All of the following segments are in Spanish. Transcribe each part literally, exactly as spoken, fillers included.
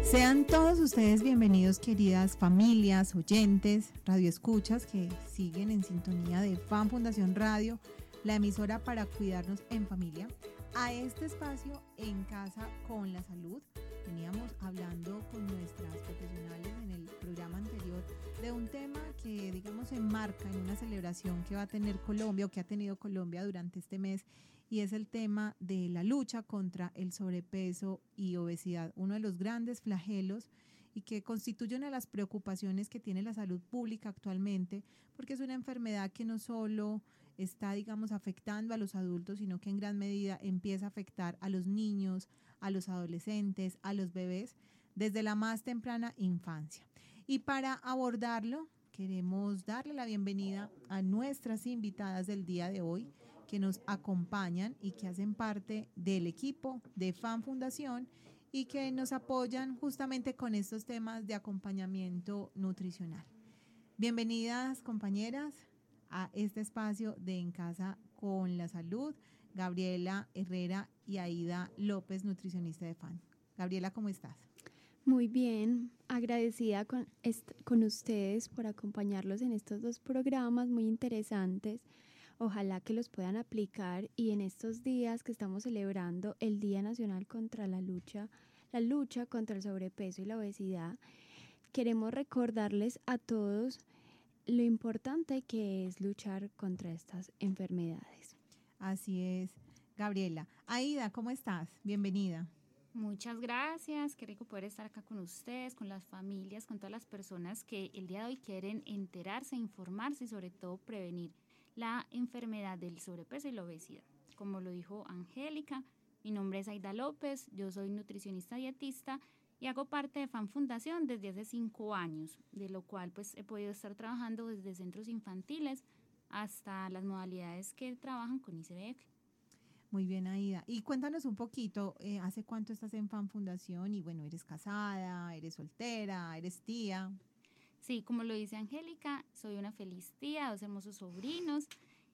Sean todos ustedes bienvenidos, queridas familias, oyentes, radioescuchas que siguen en sintonía de Fan Fundación Radio, la emisora para cuidarnos en familia, a este espacio En Casa con la Salud. Veníamos hablando con nuestras profesionales en el programa anterior de un tema que, digamos, se enmarca en una celebración que va a tener Colombia o que ha tenido Colombia durante este mes, y es el tema de la lucha contra el sobrepeso y obesidad, uno de los grandes flagelos y que constituye una de las preocupaciones que tiene la salud pública actualmente, porque es una enfermedad que no solo está, digamos, afectando a los adultos, sino que en gran medida empieza a afectar a los niños, a los adolescentes, a los bebés, desde la más temprana infancia. Y para abordarlo, queremos darle la bienvenida a nuestras invitadas del día de hoy, que nos acompañan y que hacen parte del equipo de Fan Fundación y que nos apoyan justamente con estos temas de acompañamiento nutricional. Bienvenidas, compañeras, a este espacio de En Casa con la Salud, Gabriela Herrera y Aida López, nutricionista de Fan. Gabriela, ¿cómo estás? Muy bien, agradecida con, est- con ustedes por acompañarlos en estos dos programas muy interesantes. Ojalá que los puedan aplicar y en estos días que estamos celebrando el Día Nacional contra la lucha, la lucha contra el sobrepeso y la obesidad, queremos recordarles a todos lo importante que es luchar contra estas enfermedades. Así es, Gabriela. Aida, ¿cómo estás? Bienvenida. Muchas gracias, qué rico poder estar acá con ustedes, con las familias, con todas las personas que el día de hoy quieren enterarse, informarse y sobre todo prevenir la enfermedad del sobrepeso y la obesidad. Como lo dijo Angélica, mi nombre es Aida López, yo soy nutricionista dietista y hago parte de Fan Fundación desde hace cinco años, de lo cual pues he podido estar trabajando desde centros infantiles hasta las modalidades que trabajan con I C B F. Muy bien, Aida. Y cuéntanos un poquito, eh, ¿hace cuánto estás en Fan Fundación? Y bueno, ¿eres casada, eres soltera, eres tía? Sí, como lo dice Angélica, soy una feliz tía, dos hermosos sobrinos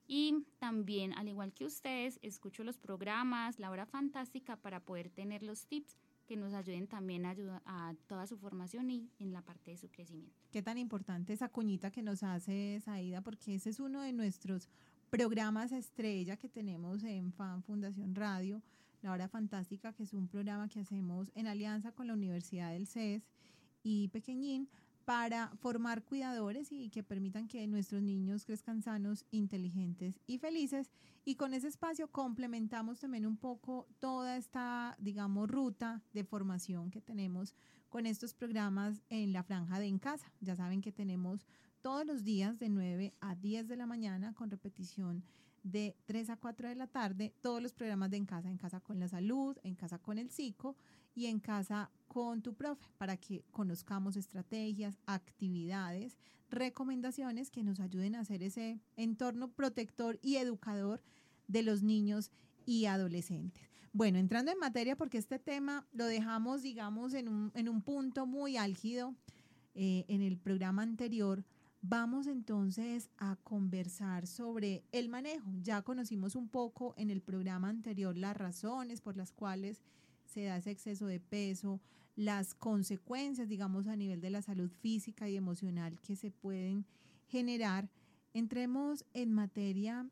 y también, al igual que ustedes, escucho los programas, la hora fantástica para poder tener los tips que nos ayuden también a, ayudar a toda su formación y en la parte de su crecimiento. Qué tan importante esa cuñita que nos haces, Aida, porque ese es uno de nuestros programas estrella que tenemos en Fan Fundación Radio, La Hora Fantástica, que es un programa que hacemos en alianza con la Universidad del C E S y Pequeñín para formar cuidadores y que permitan que nuestros niños crezcan sanos, inteligentes y felices. Y con ese espacio complementamos también un poco toda esta, digamos, ruta de formación que tenemos con estos programas en la franja de En Casa. Ya saben que tenemos todos los días de nueve a diez de la mañana con repetición de tres a cuatro de la tarde, todos los programas de En Casa, En Casa con la Salud, En Casa con el Psico y En Casa con tu profe, para que conozcamos estrategias, actividades, recomendaciones que nos ayuden a hacer ese entorno protector y educador de los niños y adolescentes. Bueno, entrando en materia, porque este tema lo dejamos, digamos, en un, en un punto muy álgido eh, en el programa anterior. Vamos entonces a conversar sobre el manejo. Ya conocimos un poco en el programa anterior las razones por las cuales se da ese exceso de peso, las consecuencias, digamos, a nivel de la salud física y emocional que se pueden generar. Entremos en materia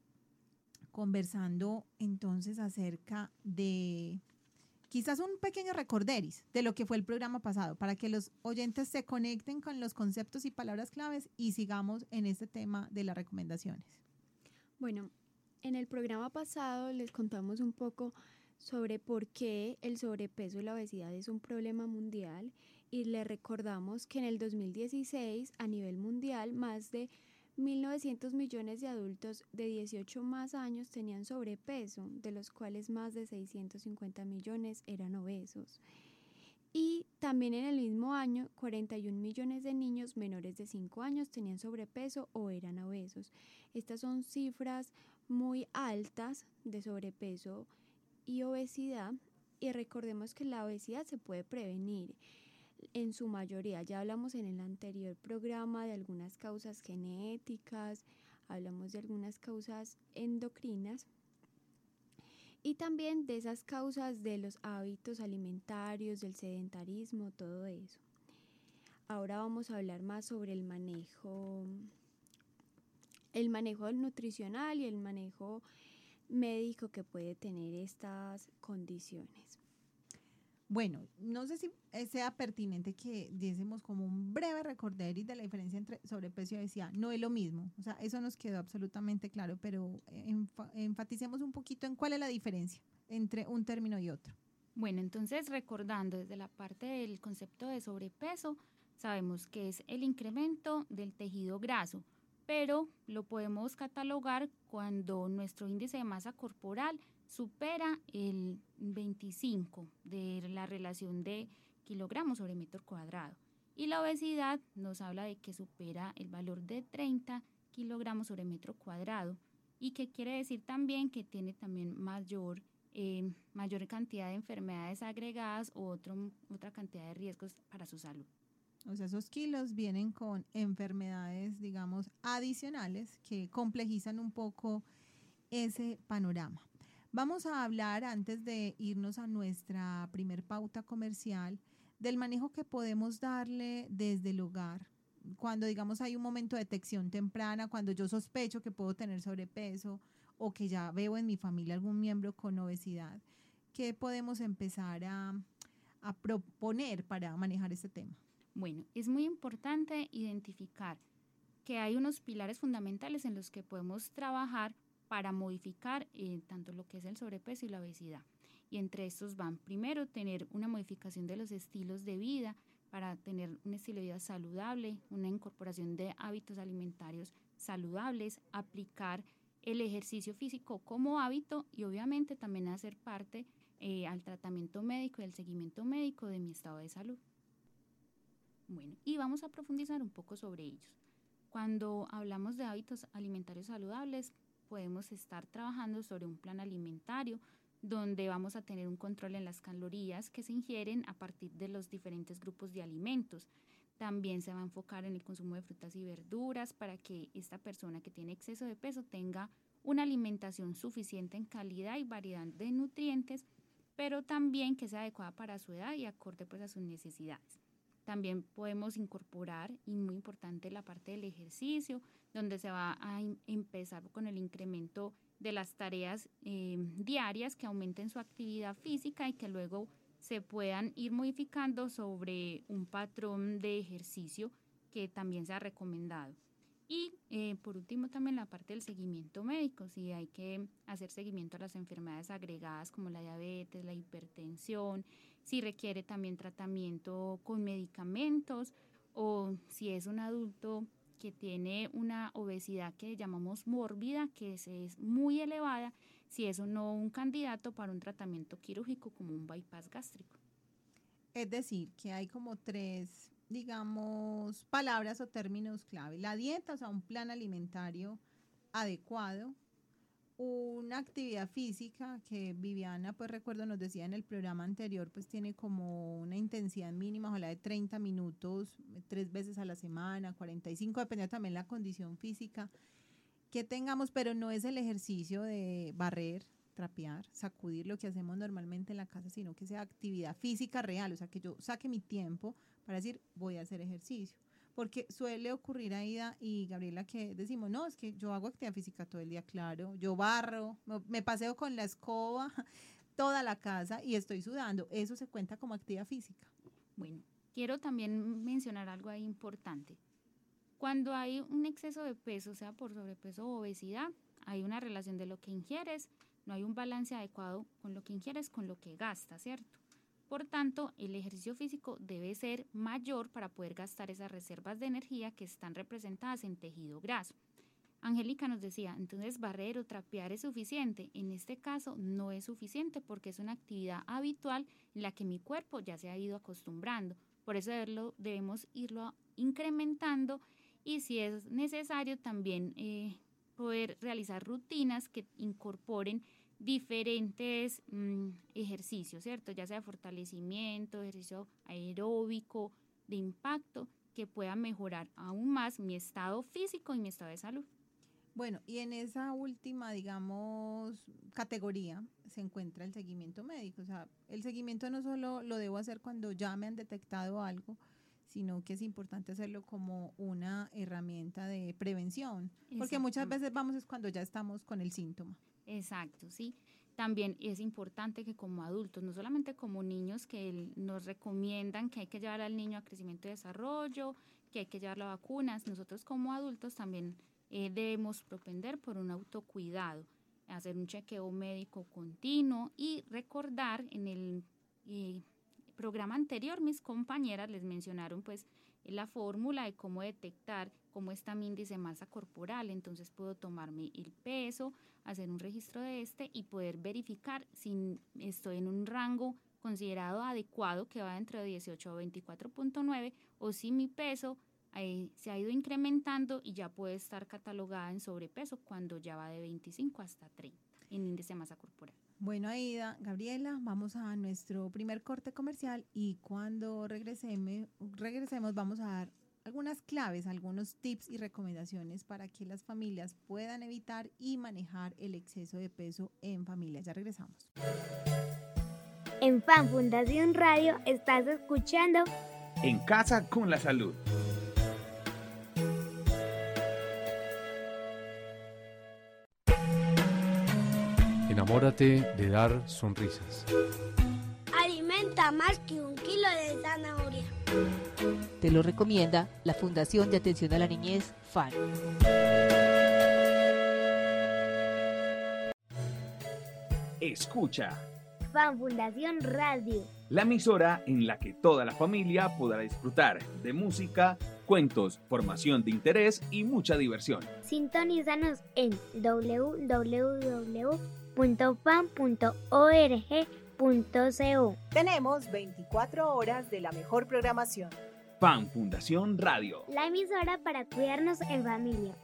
conversando entonces acerca de quizás un pequeño recorderis de lo que fue el programa pasado, para que los oyentes se conecten con los conceptos y palabras claves y sigamos en este tema de las recomendaciones. Bueno, en el programa pasado les contamos un poco sobre por qué el sobrepeso y la obesidad es un problema mundial y les recordamos que en el dos mil dieciséis a nivel mundial más de mil novecientos millones de adultos de dieciocho más años tenían sobrepeso, de los cuales más de seiscientos cincuenta millones eran obesos. Y también en el mismo año, cuarenta y un millones de niños menores de cinco años tenían sobrepeso o eran obesos. Estas son cifras muy altas de sobrepeso y obesidad, y recordemos que la obesidad se puede prevenir en su mayoría. Ya hablamos en el anterior programa de algunas causas genéticas, hablamos de algunas causas endocrinas y también de esas causas de los hábitos alimentarios, del sedentarismo, todo eso. Ahora vamos a hablar más sobre el manejo, el manejo nutricional y el manejo médico que puede tener estas condiciones. Bueno, no sé si sea pertinente que diésemos como un breve recorderis de la diferencia entre sobrepeso y obesidad. No es lo mismo, o sea, eso nos quedó absolutamente claro, pero enfa- enfaticemos un poquito en cuál es la diferencia entre un término y otro. Bueno, entonces recordando desde la parte del concepto de sobrepeso, sabemos que es el incremento del tejido graso, pero lo podemos catalogar cuando nuestro índice de masa corporal supera el veinticinco de la relación de kilogramos sobre metro cuadrado. Y la obesidad nos habla de que supera el valor de treinta kilogramos sobre metro cuadrado y que quiere decir también que tiene también mayor, eh, mayor cantidad de enfermedades agregadas o otro, otra cantidad de riesgos para su salud. O sea, esos kilos vienen con enfermedades, digamos, adicionales que complejizan un poco ese panorama. Vamos a hablar, antes de irnos a nuestra primer pauta comercial, del manejo que podemos darle desde el hogar. Cuando, digamos, hay un momento de detección temprana, cuando yo sospecho que puedo tener sobrepeso o que ya veo en mi familia algún miembro con obesidad, ¿qué podemos empezar a, a proponer para manejar este tema? Bueno, es muy importante identificar que hay unos pilares fundamentales en los que podemos trabajar para modificar eh, tanto lo que es el sobrepeso y la obesidad. Y entre estos van, primero, tener una modificación de los estilos de vida para tener un estilo de vida saludable, una incorporación de hábitos alimentarios saludables, aplicar el ejercicio físico como hábito y obviamente también hacer parte eh, al tratamiento médico y al seguimiento médico de mi estado de salud. Bueno, y vamos a profundizar un poco sobre ellos. Cuando hablamos de hábitos alimentarios saludables, podemos estar trabajando sobre un plan alimentario donde vamos a tener un control en las calorías que se ingieren a partir de los diferentes grupos de alimentos. También se va a enfocar en el consumo de frutas y verduras para que esta persona que tiene exceso de peso tenga una alimentación suficiente en calidad y variedad de nutrientes, pero también que sea adecuada para su edad y acorde pues a sus necesidades. También podemos incorporar, y muy importante, la parte del ejercicio, donde se va a in- empezar con el incremento de las tareas eh, diarias que aumenten su actividad física y que luego se puedan ir modificando sobre un patrón de ejercicio que también sea recomendado. Y eh, por último también la parte del seguimiento médico, si hay que hacer seguimiento a las enfermedades agregadas como la diabetes, la hipertensión, si requiere también tratamiento con medicamentos o si es un adulto que tiene una obesidad que llamamos mórbida, que es muy elevada, si es o no un candidato para un tratamiento quirúrgico como un bypass gástrico. Es decir, que hay como tres, digamos, palabras o términos clave. La dieta, o sea, un plan alimentario adecuado, una actividad física que Viviana, pues recuerdo, nos decía en el programa anterior, pues tiene como una intensidad mínima, ojalá de treinta minutos, tres veces a la semana, cuarenta y cinco, dependiendo también la condición física que tengamos, pero no es el ejercicio de barrer, trapear, sacudir lo que hacemos normalmente en la casa, sino que sea actividad física real, o sea, que yo saque mi tiempo para decir, voy a hacer ejercicio. Porque suele ocurrir, Aida y Gabriela, que decimos, no, es que yo hago actividad física todo el día, claro, yo barro, me paseo con la escoba toda la casa y estoy sudando. Eso se cuenta como actividad física. Bueno, quiero también mencionar algo ahí importante. Cuando hay un exceso de peso, sea por sobrepeso o obesidad, hay una relación de lo que ingieres, no hay un balance adecuado con lo que ingieres, con lo que gastas, ¿cierto? Por tanto, el ejercicio físico debe ser mayor para poder gastar esas reservas de energía que están representadas en tejido graso. Angélica nos decía, entonces barrer o trapear es suficiente. En este caso no es suficiente porque es una actividad habitual en la que mi cuerpo ya se ha ido acostumbrando. Por eso debemos irlo incrementando y si es necesario también eh, poder realizar rutinas que incorporen diferentes mmm, ejercicios, ¿cierto? Ya sea de fortalecimiento, ejercicio aeróbico, de impacto, que pueda mejorar aún más mi estado físico y mi estado de salud. Bueno, y en esa última, digamos, categoría se encuentra el seguimiento médico. O sea, el seguimiento no solo lo debo hacer cuando ya me han detectado algo, sino que es importante hacerlo como una herramienta de prevención, porque muchas veces vamos es cuando ya estamos con el síntoma. Exacto, sí. También es importante que como adultos, no solamente como niños, que nos recomiendan que hay que llevar al niño a crecimiento y desarrollo, que hay que llevarlo a vacunas, nosotros como adultos también eh, debemos propender por un autocuidado, hacer un chequeo médico continuo y recordar en el eh, programa anterior mis compañeras les mencionaron pues la fórmula de cómo detectar cómo está mi índice de masa corporal, entonces puedo tomarme el peso, hacer un registro de este y poder verificar si estoy en un rango considerado adecuado que va entre dieciocho a veinticuatro punto nueve o si mi peso eh, se ha ido incrementando y ya puede estar catalogada en sobrepeso cuando ya va de veinticinco hasta treinta en índice de masa corporal. Bueno, Aida, Gabriela, vamos a nuestro primer corte comercial y cuando regresemos, regresemos vamos a dar algunas claves, algunos tips y recomendaciones para que las familias puedan evitar y manejar el exceso de peso en familia. Ya regresamos. En Fan Fundación Radio estás escuchando En Casa con la Salud. Enamórate de dar sonrisas. Alimenta más que un kilo de zanahoria. Te lo recomienda la Fundación de Atención a la Niñez, FAN. Escucha. Fan Fundación Radio. La emisora en la que toda la familia podrá disfrutar de música, cuentos, formación de interés y mucha diversión. Sintonízanos en doble u doble u doble u punto fan punto org punto co. Tenemos veinticuatro horas de la mejor programación. Fan Fundación Radio. La emisora para cuidarnos en familia.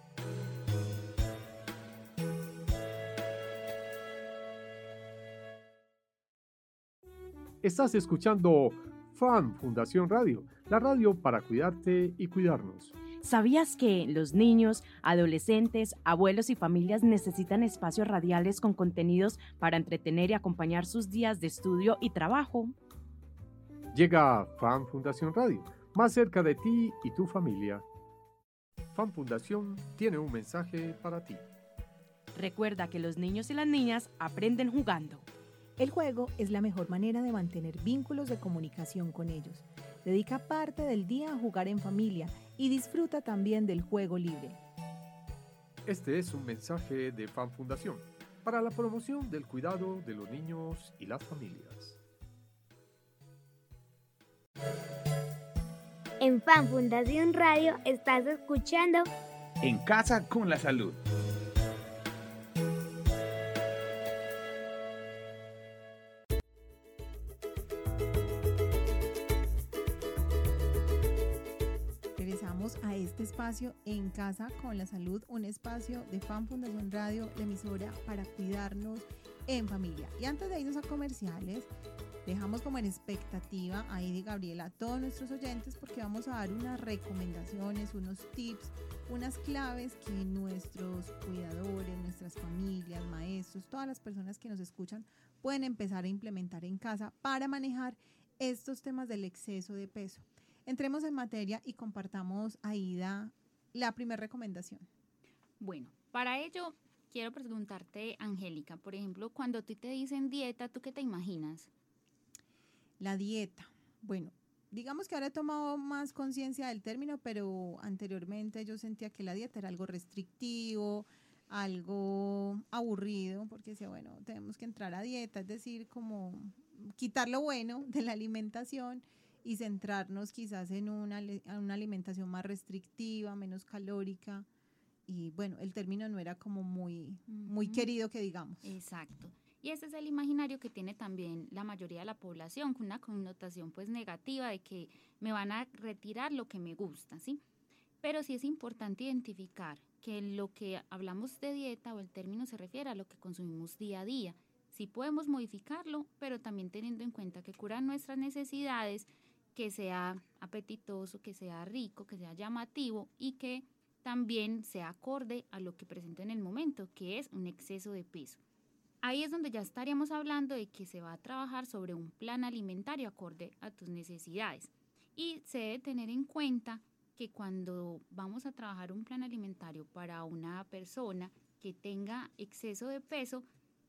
Estás escuchando Fan Fundación Radio, la radio para cuidarte y cuidarnos. ¿Sabías que los niños, adolescentes, abuelos y familias necesitan espacios radiales con contenidos para entretener y acompañar sus días de estudio y trabajo? Llega Fan Fundación Radio, más cerca de ti y tu familia. Fan Fundación tiene un mensaje para ti. Recuerda que los niños y las niñas aprenden jugando. El juego es la mejor manera de mantener vínculos de comunicación con ellos. Dedica parte del día a jugar en familia y disfruta también del juego libre. Este es un mensaje de Fan Fundación para la promoción del cuidado de los niños y las familias. En Fan Fundación Radio estás escuchando En Casa con la Salud. A este espacio En Casa con la Salud, un espacio de Fan Fundación Radio, la emisora para cuidarnos en familia. Y antes de irnos a comerciales, dejamos como en expectativa a Aida y Gabriela a todos nuestros oyentes porque vamos a dar unas recomendaciones, unos tips, unas claves que nuestros cuidadores, nuestras familias, maestros, todas las personas que nos escuchan pueden empezar a implementar en casa para manejar estos temas del exceso de peso. Entremos en materia y compartamos, Aida, la primera recomendación. Bueno, para ello quiero preguntarte, Angélica, por ejemplo, cuando a ti te dicen dieta, ¿tú qué te imaginas? La dieta. Bueno, digamos que ahora he tomado más conciencia del término, pero anteriormente yo sentía que la dieta era algo restrictivo, algo aburrido, porque decía, bueno, tenemos que entrar a dieta, es decir, como quitar lo bueno de la alimentación y centrarnos quizás en una, una alimentación más restrictiva, menos calórica. Y bueno, el término no era como muy, muy querido que digamos. Exacto. Y ese es el imaginario que tiene también la mayoría de la población, con una connotación pues negativa de que me van a retirar lo que me gusta, ¿sí? Pero sí es importante identificar que lo que hablamos de dieta o el término se refiere a lo que consumimos día a día. Sí podemos modificarlo, pero también teniendo en cuenta que cura nuestras necesidades, que sea apetitoso, que sea rico, que sea llamativo y que también sea acorde a lo que presento en el momento, que es un exceso de peso. Ahí es donde ya estaríamos hablando de que se va a trabajar sobre un plan alimentario acorde a tus necesidades. Y se debe tener en cuenta que cuando vamos a trabajar un plan alimentario para una persona que tenga exceso de peso,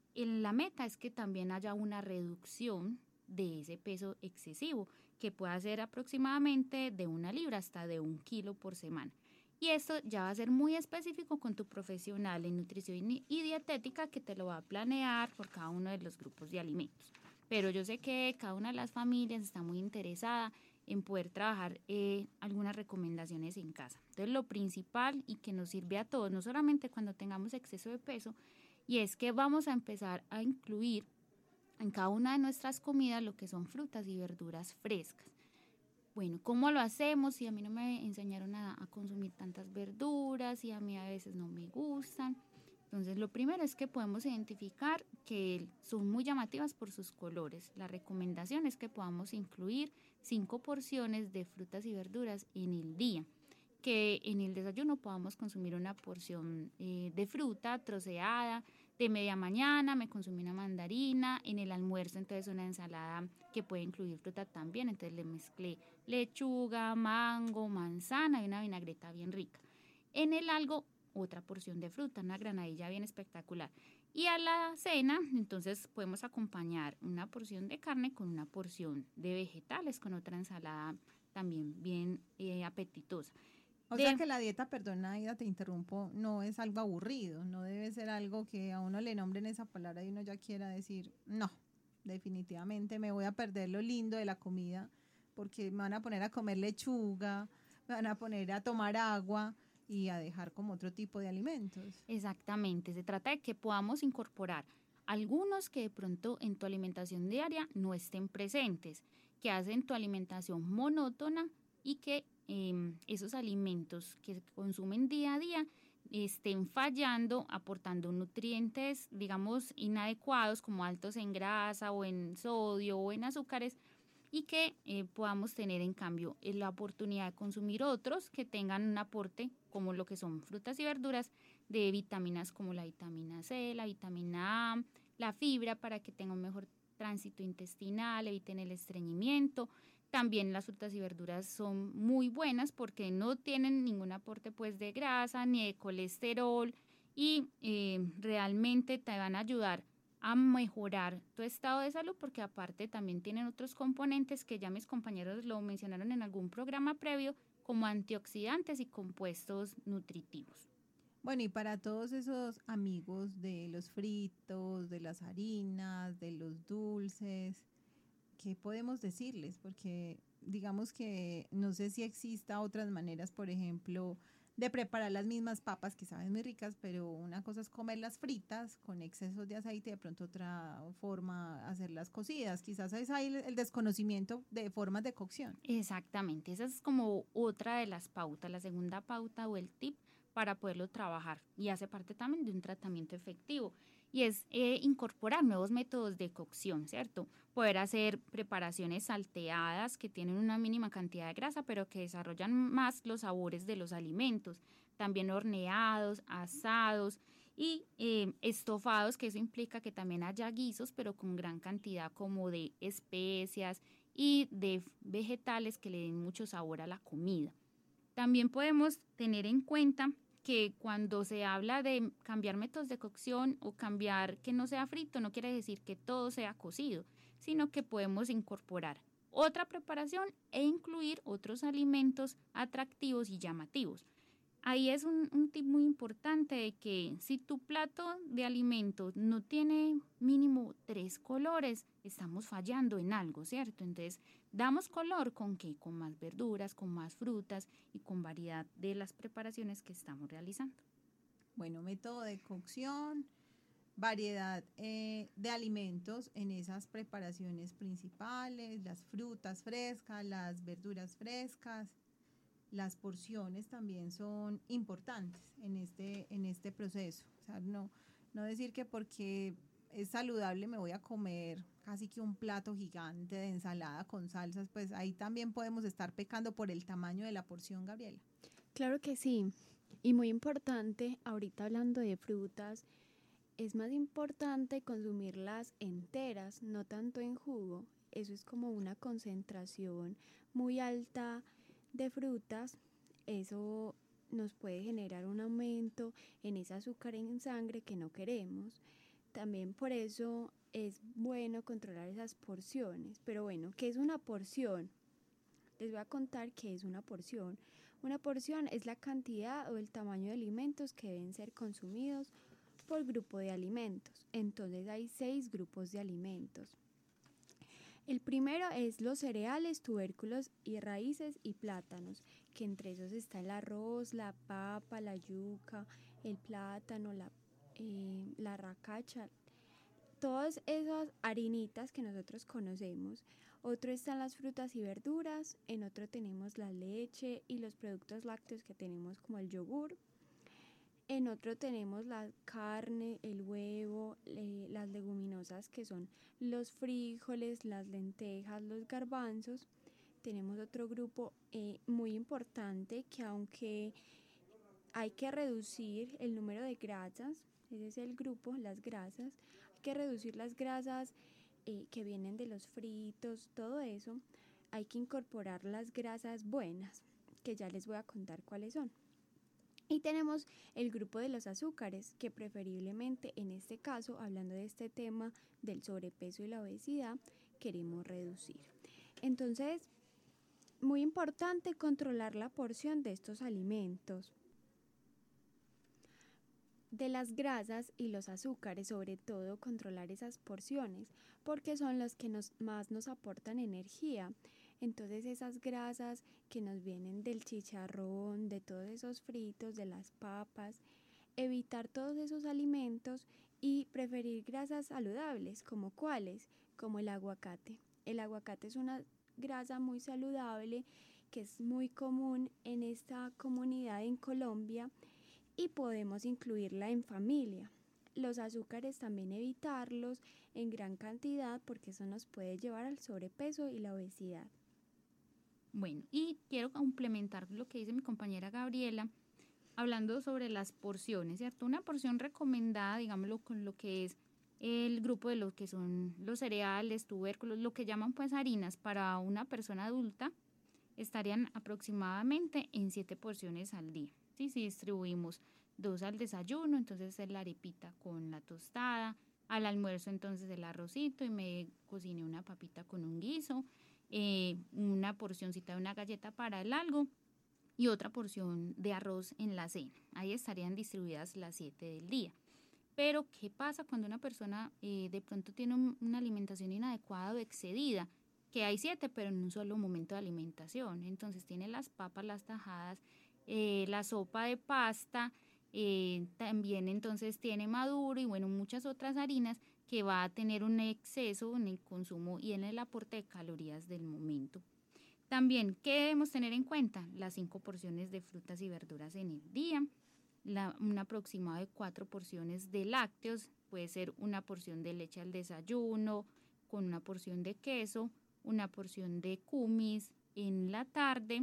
la meta es que también haya una reducción de ese peso excesivo, que pueda ser aproximadamente de una libra hasta de un kilo por semana. Y esto ya va a ser muy específico con tu profesional en nutrición y dietética, que te lo va a planear por cada uno de los grupos de alimentos. Pero yo sé que cada una de las familias está muy interesada en poder trabajar eh, algunas recomendaciones en casa. Entonces, lo principal y que nos sirve a todos, no solamente cuando tengamos exceso de peso, y es que vamos a empezar a incluir en cada una de nuestras comidas lo que son frutas y verduras frescas. Bueno, ¿cómo lo hacemos? Si a mí no me enseñaron a, a consumir tantas verduras y a mí a veces no me gustan. Entonces, lo primero es que podemos identificar que son muy llamativas por sus colores. La recomendación es que podamos incluir cinco porciones de frutas y verduras en el día. Que en el desayuno podamos consumir una porción eh, de fruta troceada, de media mañana me consumí una mandarina, en el almuerzo entonces una ensalada que puede incluir fruta también, entonces le mezclé lechuga, mango, manzana y una vinagreta bien rica. En el algo otra porción de fruta, una granadilla bien espectacular. Y a la cena entonces podemos acompañar una porción de carne con una porción de vegetales, con otra ensalada también bien eh, apetitosa. O de, sea que la dieta, perdona Aida, te interrumpo, no es algo aburrido, no debe ser algo que a uno le nombren esa palabra y uno ya quiera decir, no, definitivamente me voy a perder lo lindo de la comida porque me van a poner a comer lechuga, me van a poner a tomar agua y a dejar como otro tipo de alimentos. Exactamente, se trata de que podamos incorporar algunos que de pronto en tu alimentación diaria no estén presentes, que hacen tu alimentación monótona y que Eh, esos alimentos que se consumen día a día estén fallando, aportando nutrientes, digamos, inadecuados como altos en grasa o en sodio o en azúcares y que eh, podamos tener en cambio eh, la oportunidad de consumir otros que tengan un aporte como lo que son frutas y verduras de vitaminas como la vitamina C, la vitamina A, la fibra para que tenga un mejor tránsito intestinal, eviten el estreñimiento. También las frutas y verduras son muy buenas porque no tienen ningún aporte pues de grasa ni de colesterol y eh, realmente te van a ayudar a mejorar tu estado de salud porque aparte también tienen otros componentes que ya mis compañeros lo mencionaron en algún programa previo como antioxidantes y compuestos nutritivos. Bueno, y para todos esos amigos de los fritos, de las harinas, de los dulces, ¿qué podemos decirles? Porque digamos que no sé si exista otras maneras, por ejemplo, de preparar las mismas papas que saben muy ricas, pero una cosa es comerlas fritas con excesos de aceite, de pronto otra forma hacerlas cocidas. Quizás es ahí el desconocimiento de formas de cocción. Exactamente, esa es como otra de las pautas, la segunda pauta o el tip para poderlo trabajar y hace parte también de un tratamiento efectivo. Y es eh, incorporar nuevos métodos de cocción, ¿cierto? Poder hacer preparaciones salteadas que tienen una mínima cantidad de grasa, pero que desarrollan más los sabores de los alimentos. También horneados, asados y eh, estofados, que eso implica que también haya guisos, pero con gran cantidad como de especias y de vegetales que le den mucho sabor a la comida. También podemos tener en cuenta que cuando se habla de cambiar métodos de cocción o cambiar que no sea frito, no quiere decir que todo sea cocido, sino que podemos incorporar otra preparación e incluir otros alimentos atractivos y llamativos. Ahí es un, un tip muy importante de que si tu plato de alimentos no tiene mínimo tres colores, estamos fallando en algo, ¿cierto? Entonces, damos color con qué, con más verduras, con más frutas y con variedad de las preparaciones que estamos realizando. Bueno, método de cocción, variedad eh, de alimentos en esas preparaciones principales, las frutas frescas, las verduras frescas. Las porciones también son importantes en este, en este proceso. O sea, no, no decir que porque es saludable me voy a comer casi que un plato gigante de ensalada con salsas, pues ahí también podemos estar pecando por el tamaño de la porción, Gabriela. Claro que sí. Y muy importante, ahorita hablando de frutas, es más importante consumirlas enteras, no tanto en jugo. Eso es como una concentración muy alta de frutas. Eso nos puede generar un aumento en ese azúcar en sangre que no queremos. También por eso es bueno controlar esas porciones. Pero bueno, ¿qué es una porción? Les voy a contar qué es una porción. Una porción es la cantidad o el tamaño de alimentos que deben ser consumidos por grupo de alimentos. Entonces hay seis grupos de alimentos. El primero es los cereales, tubérculos y raíces y plátanos, que entre esos está el arroz, la papa, la yuca, el plátano, la, eh, la racacha, todas esas harinitas que nosotros conocemos. Otro están las frutas y verduras, en otro tenemos la leche y los productos lácteos que tenemos como el yogur. En otro tenemos la carne, el huevo, eh, las leguminosas que son los frijoles, las lentejas, los garbanzos. Tenemos otro grupo eh, muy importante que aunque hay que reducir el número de grasas, ese es el grupo, las grasas, hay que reducir las grasas eh, que vienen de los fritos, todo eso, hay que incorporar las grasas buenas, que ya les voy a contar cuáles son. Y tenemos el grupo de los azúcares, que preferiblemente en este caso, hablando de este tema del sobrepeso y la obesidad, queremos reducir. Entonces, muy importante controlar la porción de estos alimentos. De las grasas y los azúcares, sobre todo controlar esas porciones, porque son los que nos, más nos aportan energía. Entonces esas grasas que nos vienen del chicharrón, de todos esos fritos, de las papas, evitar todos esos alimentos y preferir grasas saludables, como cuáles, como el aguacate. El aguacate es una grasa muy saludable que es muy común en esta comunidad en Colombia y podemos incluirla en familia. Los azúcares también evitarlos en gran cantidad porque eso nos puede llevar al sobrepeso y la obesidad. Bueno, y quiero complementar lo que dice mi compañera Gabriela, hablando sobre las porciones, ¿cierto? Una porción recomendada, digámoslo, con lo que es el grupo de lo que son los cereales, tubérculos, lo que llaman pues harinas para una persona adulta, estarían aproximadamente en siete porciones al día. ¿Sí? Si distribuimos dos al desayuno, entonces es la arepita con la tostada, al almuerzo entonces el arrocito y me cociné una papita con un guiso, Eh, una porcioncita de una galleta para el algo y otra porción de arroz en la cena. Ahí estarían distribuidas las siete del día. Pero, ¿qué pasa cuando una persona eh, de pronto tiene un, una alimentación inadecuada o excedida? Que hay siete, pero en un solo momento de alimentación. Entonces tiene las papas, las tajadas, eh, la sopa de pasta, eh, también entonces tiene maduro y bueno, muchas otras harinas que va a tener un exceso en el consumo y en el aporte de calorías del momento. También, ¿qué debemos tener en cuenta? Las cinco porciones de frutas y verduras en el día, la, un aproximado de cuatro porciones de lácteos, puede ser una porción de leche al desayuno, con una porción de queso, una porción de kumis en la tarde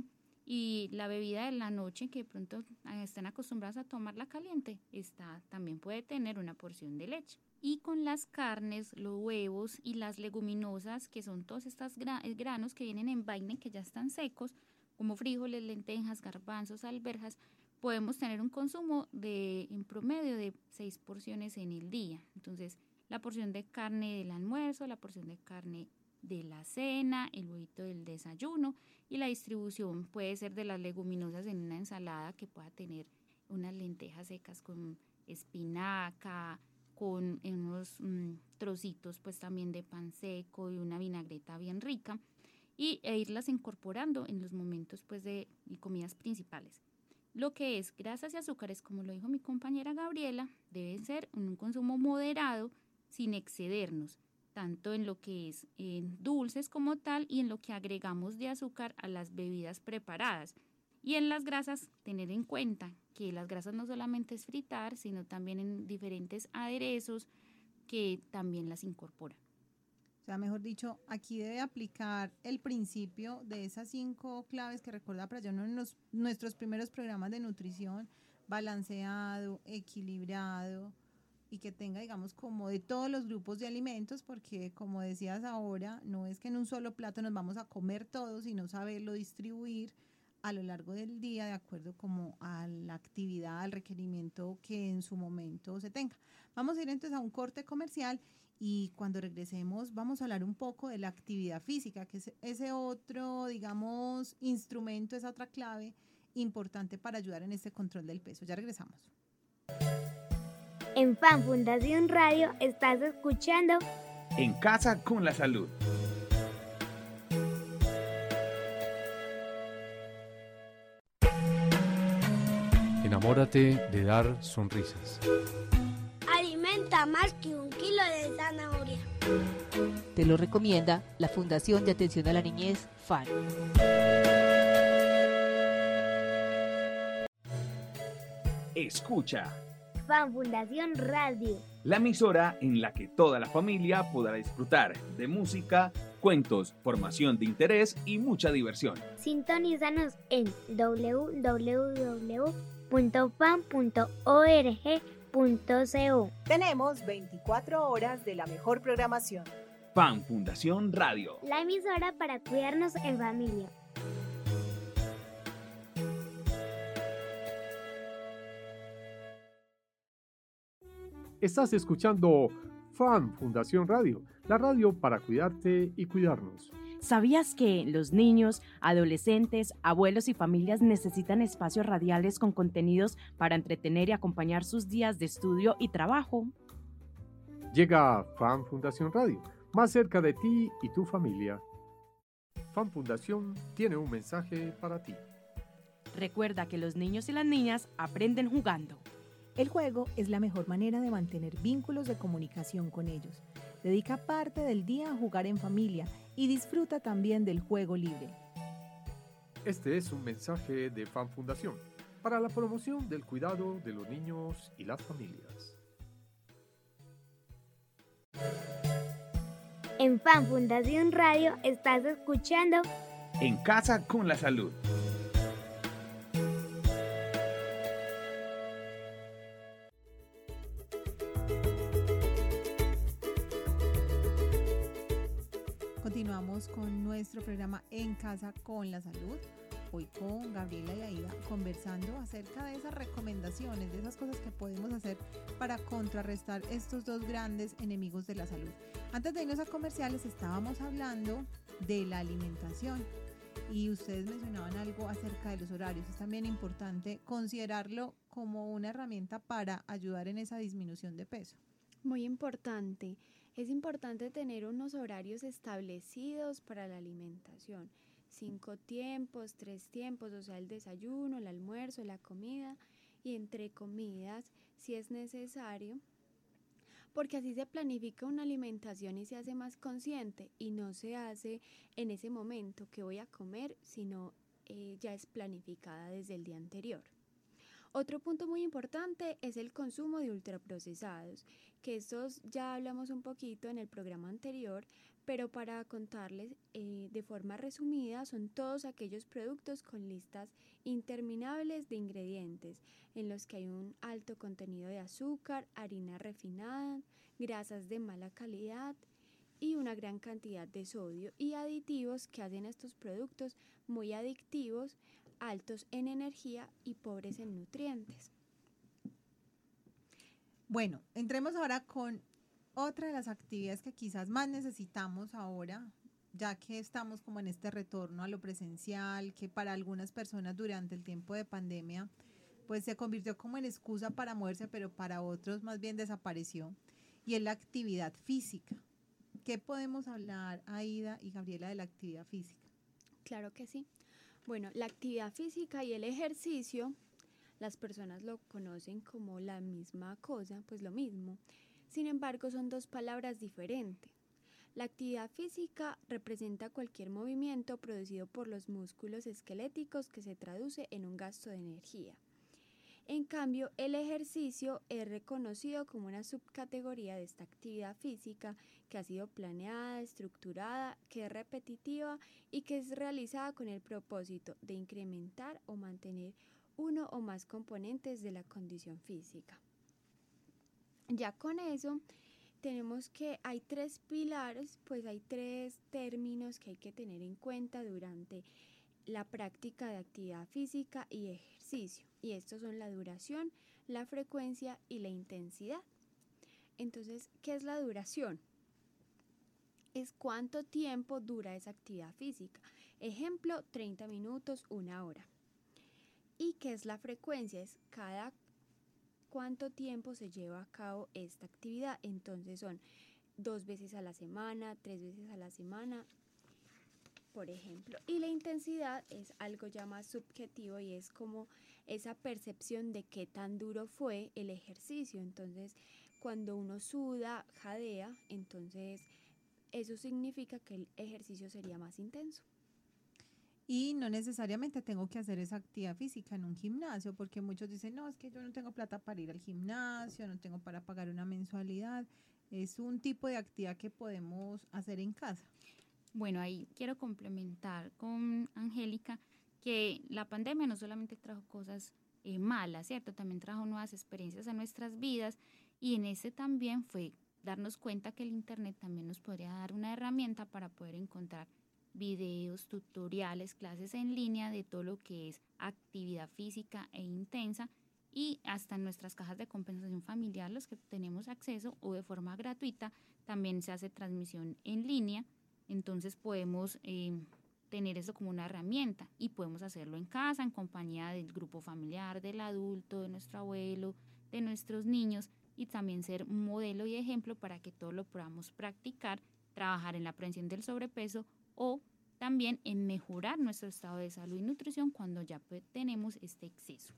y la bebida de la noche que de pronto están acostumbradas a tomarla caliente, esta también puede tener una porción de leche. Y con las carnes, los huevos y las leguminosas, que son todos estos gra- granos que vienen en vaina y que ya están secos, como frijoles, lentejas, garbanzos, alberjas, podemos tener un consumo de en promedio de seis porciones en el día. Entonces, la porción de carne del almuerzo, la porción de carne de la cena, el huevito del desayuno y la distribución puede ser de las leguminosas en una ensalada que pueda tener unas lentejas secas con espinaca, con unos mmm, trocitos pues también de pan seco y una vinagreta bien rica y, e irlas incorporando en los momentos pues de comidas principales. Lo que es grasas y azúcares, como lo dijo mi compañera Gabriela, deben ser en un consumo moderado sin excedernos, tanto en lo que es en dulces como tal y en lo que agregamos de azúcar a las bebidas preparadas. Y en las grasas, tener en cuenta que las grasas no solamente es fritar, sino también en diferentes aderezos que también las incorporan. O sea, mejor dicho, aquí debe aplicar el principio de esas cinco claves que recordaba para yo en los, nuestros primeros programas de nutrición, balanceado, equilibrado y que tenga, digamos, como de todos los grupos de alimentos, porque como decías ahora, no es que en un solo plato nos vamos a comer todo, sino saberlo distribuir a lo largo del día de acuerdo como a la actividad, al requerimiento que en su momento se tenga. Vamos a ir entonces a un corte comercial y cuando regresemos vamos a hablar un poco de la actividad física, que es ese otro, digamos, instrumento, esa otra clave importante para ayudar en este control del peso. Ya regresamos. En Fan Fundación Radio estás escuchando En Casa con la Salud. Enamórate de dar sonrisas. Alimenta más que un kilo de zanahoria. Te lo recomienda la Fundación de Atención a la Niñez, FAN. Escucha. Fan Fundación Radio. La emisora en la que toda la familia podrá disfrutar de música, cuentos, formación de interés y mucha diversión. Sintonízanos en doble u doble u doble u punto fan punto org punto co. Tenemos veinticuatro horas de la mejor programación. Fan Fundación Radio. La emisora para cuidarnos en familia. Estás escuchando Fan Fundación Radio, la radio para cuidarte y cuidarnos. ¿Sabías que los niños, adolescentes, abuelos y familias necesitan espacios radiales con contenidos para entretener y acompañar sus días de estudio y trabajo? Llega Fan Fundación Radio, más cerca de ti y tu familia. Fan Fundación tiene un mensaje para ti. Recuerda que los niños y las niñas aprenden jugando. El juego es la mejor manera de mantener vínculos de comunicación con ellos. Dedica parte del día a jugar en familia y disfruta también del juego libre. Este es un mensaje de Fan Fundación para la promoción del cuidado de los niños y las familias. En Fan Fundación Radio estás escuchando En Casa con la Salud. Continuamos con nuestro programa En Casa con la Salud. Hoy con Gabriela y Aida conversando acerca de esas recomendaciones, de esas cosas que podemos hacer para contrarrestar estos dos grandes enemigos de la salud. Antes de irnos a comerciales estábamos hablando de la alimentación y ustedes mencionaban algo acerca de los horarios. Es también importante considerarlo como una herramienta para ayudar en esa disminución de peso. Muy importante. Es importante tener unos horarios establecidos para la alimentación. Cinco tiempos, tres tiempos, o sea, el desayuno, el almuerzo, la comida y entre comidas, si es necesario, porque así se planifica una alimentación y se hace más consciente y no se hace en ese momento que voy a comer, sino eh, ya es planificada desde el día anterior. Otro punto muy importante es el consumo de ultraprocesados, que estos ya hablamos un poquito en el programa anterior, pero para contarles eh, de forma resumida, son todos aquellos productos con listas interminables de ingredientes, en los que hay un alto contenido de azúcar, harina refinada, grasas de mala calidad y una gran cantidad de sodio y aditivos que hacen estos productos muy adictivos, altos en energía y pobres en nutrientes. Bueno, entremos ahora con otra de las actividades que quizás más necesitamos ahora, ya que estamos como en este retorno a lo presencial, que para algunas personas durante el tiempo de pandemia pues se convirtió como en excusa para moverse, pero para otros más bien desapareció, y es la actividad física. ¿Qué podemos hablar, Aida y Gabriela, de la actividad física? Claro que sí. Bueno, la actividad física y el ejercicio, las personas lo conocen como la misma cosa, pues lo mismo. Sin embargo, son dos palabras diferentes. La actividad física representa cualquier movimiento producido por los músculos esqueléticos que se traduce en un gasto de energía. En cambio, el ejercicio es reconocido como una subcategoría de esta actividad física que ha sido planeada, estructurada, que es repetitiva y que es realizada con el propósito de incrementar o mantener uno o más componentes de la condición física. Ya con eso tenemos que hay tres pilares, pues hay tres términos que hay que tener en cuenta durante la práctica de actividad física y ejercicio, y estos son la duración, la frecuencia y la intensidad. Entonces, ¿qué es la duración? Es cuánto tiempo dura esa actividad física. Ejemplo, treinta minutos, una hora. ¿Y qué es la frecuencia? Es cada cuánto tiempo se lleva a cabo esta actividad. Entonces son dos veces a la semana, tres veces a la semana, por ejemplo. Y la intensidad es algo ya más subjetivo y es como esa percepción de qué tan duro fue el ejercicio. Entonces, cuando uno suda, jadea, entonces eso significa que el ejercicio sería más intenso. Y no necesariamente tengo que hacer esa actividad física en un gimnasio, porque muchos dicen, no, es que yo no tengo plata para ir al gimnasio, no tengo para pagar una mensualidad. Es un tipo de actividad que podemos hacer en casa. Bueno, ahí quiero complementar con Angélica que la pandemia no solamente trajo cosas eh, malas, ¿cierto? También trajo nuevas experiencias a nuestras vidas, y en ese también fue darnos cuenta que el Internet también nos podría dar una herramienta para poder encontrar videos, tutoriales, clases en línea de todo lo que es actividad física e intensa, y hasta en nuestras cajas de compensación familiar, los que tenemos acceso o de forma gratuita, también se hace transmisión en línea. Entonces podemos eh, tener eso como una herramienta y podemos hacerlo en casa, en compañía del grupo familiar, del adulto, de nuestro abuelo, de nuestros niños, y también ser un modelo y ejemplo para que todos lo podamos practicar, trabajar en la prevención del sobrepeso o también en mejorar nuestro estado de salud y nutrición cuando ya pues, tenemos este exceso.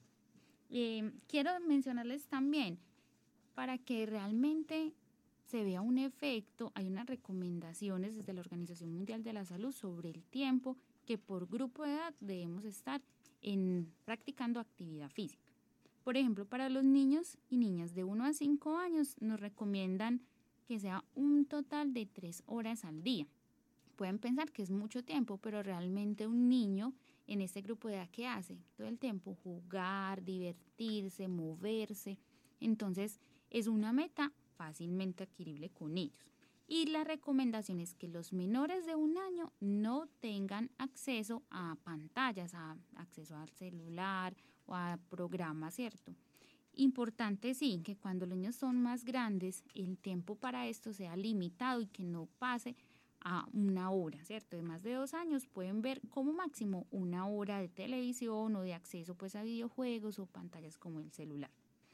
Eh, quiero mencionarles también, para que realmente se vea un efecto, hay unas recomendaciones desde la Organización Mundial de la Salud sobre el tiempo que por grupo de edad debemos estar en, practicando actividad física. Por ejemplo, para los niños y niñas de uno a cinco años nos recomiendan que sea un total de tres horas al día. Pueden pensar que es mucho tiempo, pero realmente un niño en este grupo de edad, ¿qué hace? Todo el tiempo jugar, divertirse, moverse. Entonces, es una meta fácilmente adquirible con ellos. Y la recomendación es que los menores de un año no tengan acceso a pantallas, a acceso al celular o a programas, ¿cierto? Importante sí, que cuando los niños son más grandes, el tiempo para esto sea limitado y que no pase a una hora, ¿cierto? De más de dos años pueden ver como máximo una hora de televisión o de acceso pues a videojuegos o pantallas como el celular.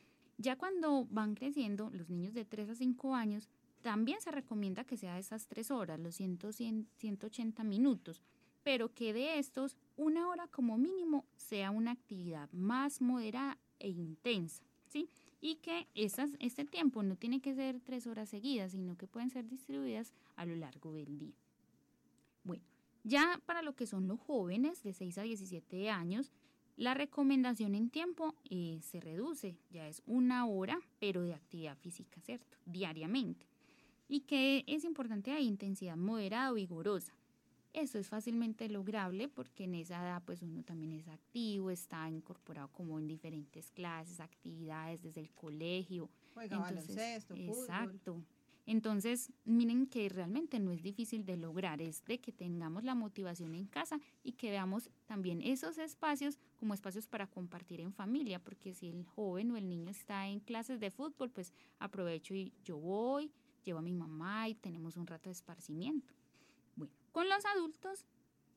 Ya cuando van creciendo, los niños de tres a cinco años, también se recomienda que sea de esas tres horas, los cien, cien, ciento ochenta minutos, pero que de estos, una hora como mínimo sea una actividad más moderada e intensa, ¿sí? Y que esas, este tiempo no tiene que ser tres horas seguidas, sino que pueden ser distribuidas a lo largo del día. Bueno, ya para lo que son los jóvenes de seis a diecisiete años, la recomendación en tiempo eh, se reduce, ya es una hora, pero de actividad física, ¿cierto? Diariamente. Y que es importante la intensidad moderada o vigorosa. Eso es fácilmente lograble porque en esa edad pues uno también es activo, está incorporado como en diferentes clases, actividades desde el colegio. Juega baloncesto, fútbol. Exacto. Entonces, miren que realmente no es difícil de lograr, es de que tengamos la motivación en casa y que veamos también esos espacios como espacios para compartir en familia, porque si el joven o el niño está en clases de fútbol, pues aprovecho y yo voy, llevo a mi mamá y tenemos un rato de esparcimiento. Bueno, con los adultos,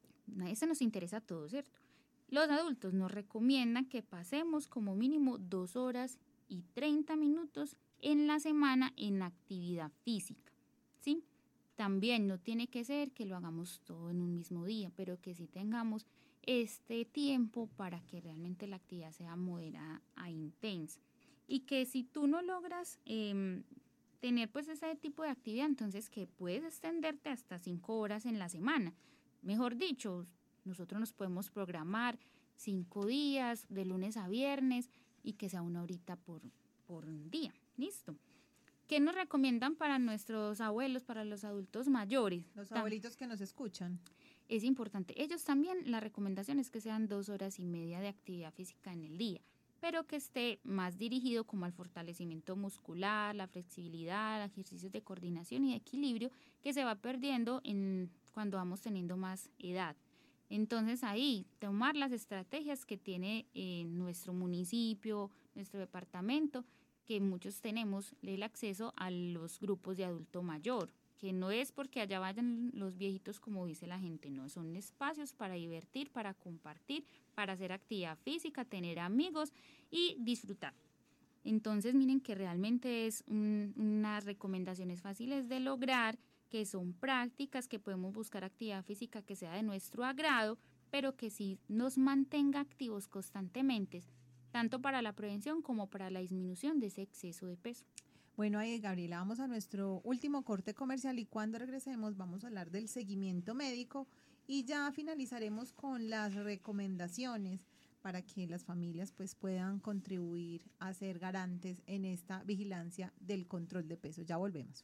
eso nos interesa a todos, ¿cierto? Los adultos nos recomiendan que pasemos como mínimo dos horas y treinta minutos en la semana en actividad física, ¿sí? También no tiene que ser que lo hagamos todo en un mismo día, pero que sí tengamos este tiempo para que realmente la actividad sea moderada a intensa. Y que si tú no logras eh, tener pues ese tipo de actividad, entonces que puedes extenderte hasta cinco horas en la semana. Mejor dicho, nosotros nos podemos programar cinco días, de lunes a viernes, y que sea una horita por, por día. ¿Listo? ¿Qué nos recomiendan para nuestros abuelos, para los adultos mayores? Los abuelitos que nos escuchan. es importante. Ellos también, la recomendación es que sean dos horas y media de actividad física en el día, pero que esté más dirigido como al fortalecimiento muscular, la flexibilidad, ejercicios de coordinación y de equilibrio que se va perdiendo en, cuando vamos teniendo más edad. Entonces ahí tomar las estrategias que tiene eh, nuestro municipio, nuestro departamento, que muchos tenemos el acceso a los grupos de adulto mayor, que no es porque allá vayan los viejitos como dice la gente, no, son espacios para divertir, para compartir, para hacer actividad física, tener amigos y disfrutar. Entonces miren que realmente es un, unas recomendaciones fáciles de lograr, que son prácticas, que podemos buscar actividad física que sea de nuestro agrado, pero que sí nos mantenga activos constantemente, tanto para la prevención como para la disminución de ese exceso de peso. Bueno, ahí Gabriela, vamos a nuestro último corte comercial y cuando regresemos vamos a hablar del seguimiento médico y ya finalizaremos con las recomendaciones para que las familias pues puedan contribuir a ser garantes en esta vigilancia del control de peso. Ya volvemos.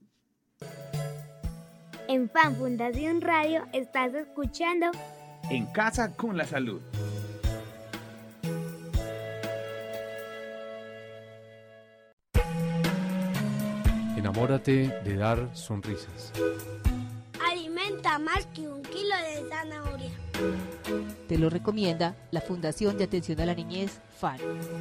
En Fan Fundación Radio estás escuchando En Casa con la Salud. Enamórate de dar sonrisas. Alimenta más que un kilo de zanahoria. Te lo recomienda la Fundación de Atención a la Niñez, FAN.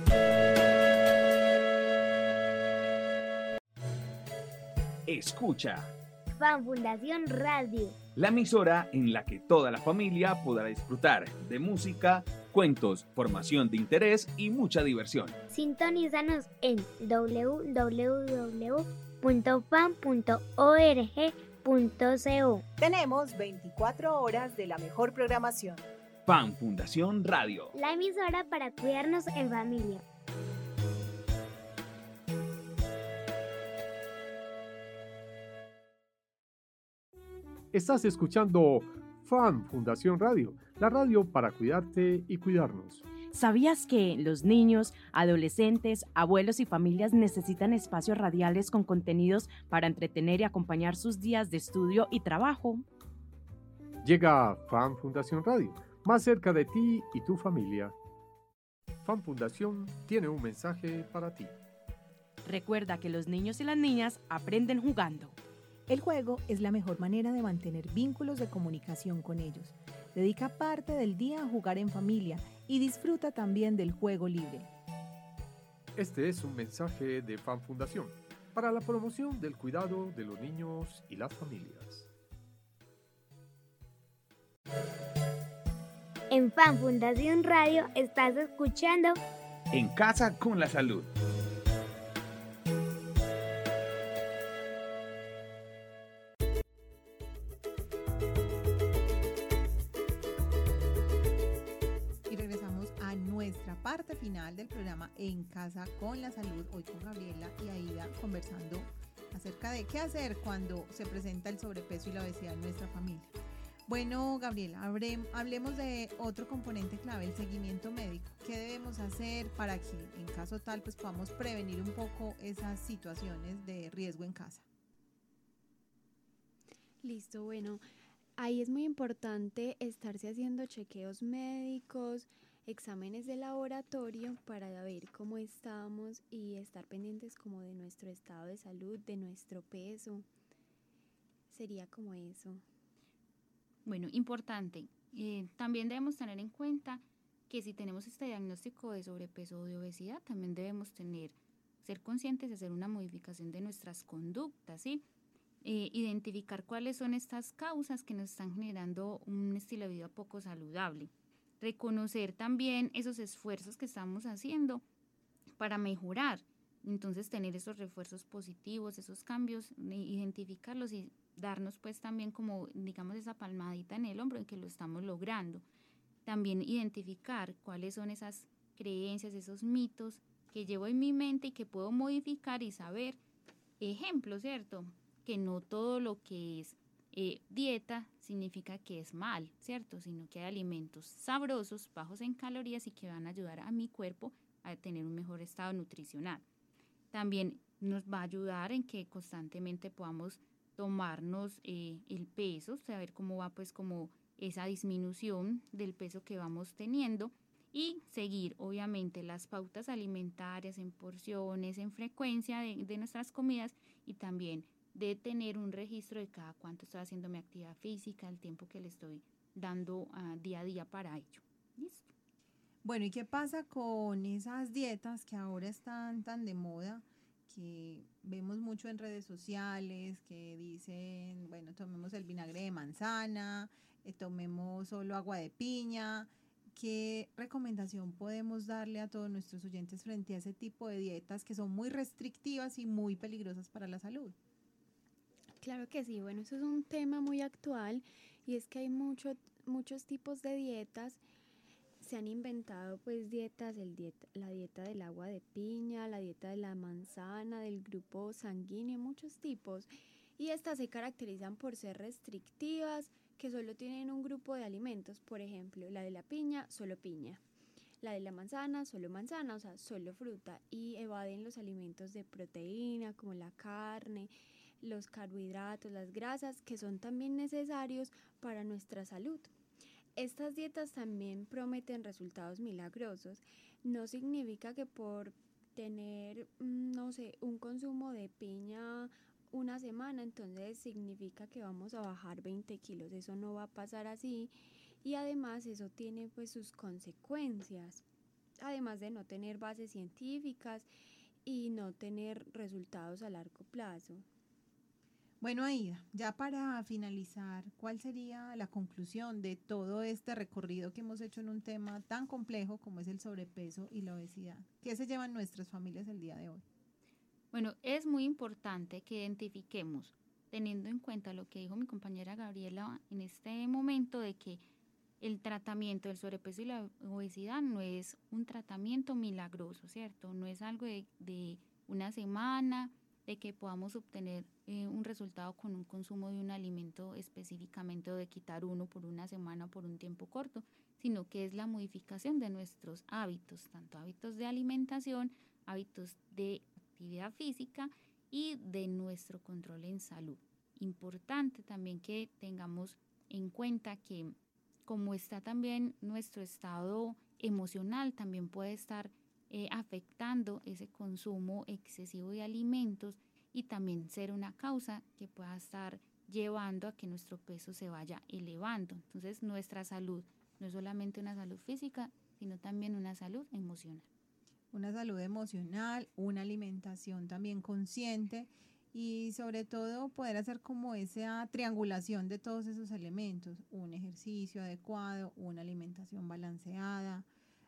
Escucha Fan Fundación Radio, la emisora en la que toda la familia podrá disfrutar de música, cuentos, formación de interés y mucha diversión. Sintonízanos en doble u doble u doble u punto fan punto org punto co. Tenemos veinticuatro horas de la mejor programación. Fan Fundación Radio. La emisora para cuidarnos en familia. Estás escuchando Fan Fundación Radio, la radio para cuidarte y cuidarnos. ¿Sabías que los niños, adolescentes, abuelos y familias necesitan espacios radiales con contenidos para entretener y acompañar sus días de estudio y trabajo? Llega Fan Fundación Radio, más cerca de ti y tu familia. Fan Fundación tiene un mensaje para ti. Recuerda que los niños y las niñas aprenden jugando. El juego es la mejor manera de mantener vínculos de comunicación con ellos. Dedica parte del día a jugar en familia y disfruta también del juego libre. Este es un mensaje de Fan Fundación para la promoción del cuidado de los niños y las familias. En Fan Fundación Radio estás escuchando En Casa con la Salud. Parte final del programa En Casa con la Salud, hoy con Gabriela y Aida conversando acerca de qué hacer cuando se presenta el sobrepeso y la obesidad en nuestra familia. Bueno, Gabriela, hablemos de otro componente clave, el seguimiento médico. ¿Qué debemos hacer para que en caso tal pues podamos prevenir un poco esas situaciones de riesgo en casa? Listo, bueno, ahí es muy importante estarse haciendo chequeos médicos, exámenes de laboratorio para ver cómo estamos y estar pendientes como de nuestro estado de salud, de nuestro peso. Sería como eso. Bueno, importante. Eh, también debemos tener en cuenta que si tenemos este diagnóstico de sobrepeso o de obesidad, también debemos tener, ser conscientes de hacer una modificación de nuestras conductas, ¿sí? Eh, identificar cuáles son estas causas que nos están generando un estilo de vida poco saludable. Reconocer también esos esfuerzos que estamos haciendo para mejorar. Entonces tener esos refuerzos positivos, esos cambios, identificarlos y darnos pues también como digamos esa palmadita en el hombro en que lo estamos logrando. También identificar cuáles son esas creencias, esos mitos que llevo en mi mente y que puedo modificar y saber, ejemplo, ¿cierto? Que no todo lo que es Eh, dieta significa que es mal, ¿cierto? Sino que hay alimentos sabrosos, bajos en calorías y que van a ayudar a mi cuerpo a tener un mejor estado nutricional. También nos va a ayudar en que constantemente podamos tomarnos eh, el peso, saber cómo va pues como esa disminución del peso que vamos teniendo y seguir obviamente las pautas alimentarias en porciones, en frecuencia de, de nuestras comidas y también de tener un registro de cada cuánto estoy haciendo mi actividad física, el tiempo que le estoy dando uh, día a día para ello. ¿Listo? Bueno, ¿y qué pasa con esas dietas que ahora están tan de moda, que vemos mucho en redes sociales, que dicen, bueno, tomemos el vinagre de manzana, eh, tomemos solo agua de piña? ¿Qué recomendación podemos darle a todos nuestros oyentes frente a ese tipo de dietas que son muy restrictivas y muy peligrosas para la salud? Claro que sí, bueno, eso es un tema muy actual y es que hay mucho, muchos tipos de dietas. Se han inventado pues dietas, el dieta, la dieta del agua de piña, la dieta de la manzana, del grupo sanguíneo, muchos tipos. Y estas se caracterizan por ser restrictivas, que solo tienen un grupo de alimentos. Por ejemplo, la de la piña, solo piña. La de la manzana, solo manzana, o sea, solo fruta. Y evaden los alimentos de proteína, como la carne, los carbohidratos, las grasas, que son también necesarios para nuestra salud. Estas dietas también prometen resultados milagrosos. No significa que por tener, no sé, un consumo de piña una semana, entonces significa que vamos a bajar veinte kilos. Eso no va a pasar así y además eso tiene pues sus consecuencias, además de no tener bases científicas y no tener resultados a largo plazo. Bueno, Aida, ya para finalizar, ¿cuál sería la conclusión de todo este recorrido que hemos hecho en un tema tan complejo como es el sobrepeso y la obesidad? ¿Qué se llevan nuestras familias el día de hoy? Bueno, es muy importante que identifiquemos, teniendo en cuenta lo que dijo mi compañera Gabriela en este momento, de que el tratamiento del sobrepeso y la obesidad no es un tratamiento milagroso, ¿cierto? No es algo de, de una semana, de que podamos obtener eh, un resultado con un consumo de un alimento específicamente o de quitar uno por una semana o por un tiempo corto, sino que es la modificación de nuestros hábitos, tanto hábitos de alimentación, hábitos de actividad física y de nuestro control en salud. Importante también que tengamos en cuenta que como está también nuestro estado emocional, también puede estar eh, afectando ese consumo excesivo de alimentos y también ser una causa que pueda estar llevando a que nuestro peso se vaya elevando. Entonces nuestra salud no es solamente una salud física, sino también una salud emocional. Una salud emocional, una alimentación también consciente y sobre todo poder hacer como esa triangulación de todos esos elementos, un ejercicio adecuado, una alimentación balanceada,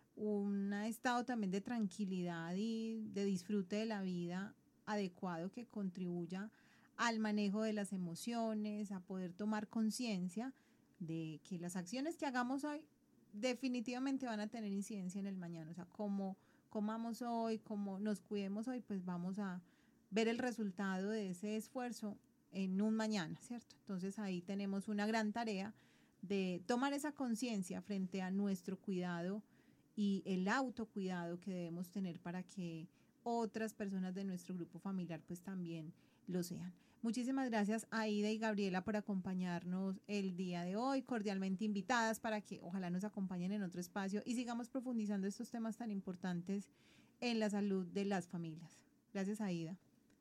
un estado también de tranquilidad y de disfrute de la vida adecuado que contribuya al manejo de las emociones, a poder tomar conciencia de que las acciones que hagamos hoy definitivamente van a tener incidencia en el mañana, o sea, como comamos hoy, como nos cuidemos hoy, pues vamos a ver el resultado de ese esfuerzo en un mañana, ¿cierto? Entonces ahí tenemos una gran tarea de tomar esa conciencia frente a nuestro cuidado y el autocuidado que debemos tener para que otras personas de nuestro grupo familiar pues también lo sean. Muchísimas gracias Aida y Gabriela por acompañarnos el día de hoy, cordialmente invitadas para que ojalá nos acompañen en otro espacio y sigamos profundizando estos temas tan importantes en la salud de las familias. Gracias Aida.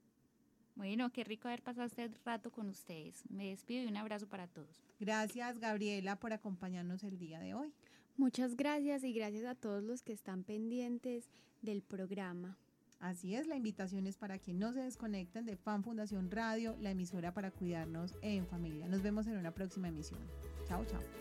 Bueno, qué rico haber pasado este rato con ustedes. Me despido y un abrazo para todos. Gracias Gabriela por acompañarnos el día de hoy. Muchas gracias y gracias a todos los que están pendientes del programa. Así es, la invitación es para que no se desconecten de Fan Fundación Radio, la emisora para cuidarnos en familia. Nos vemos en una próxima emisión. Chao, chao.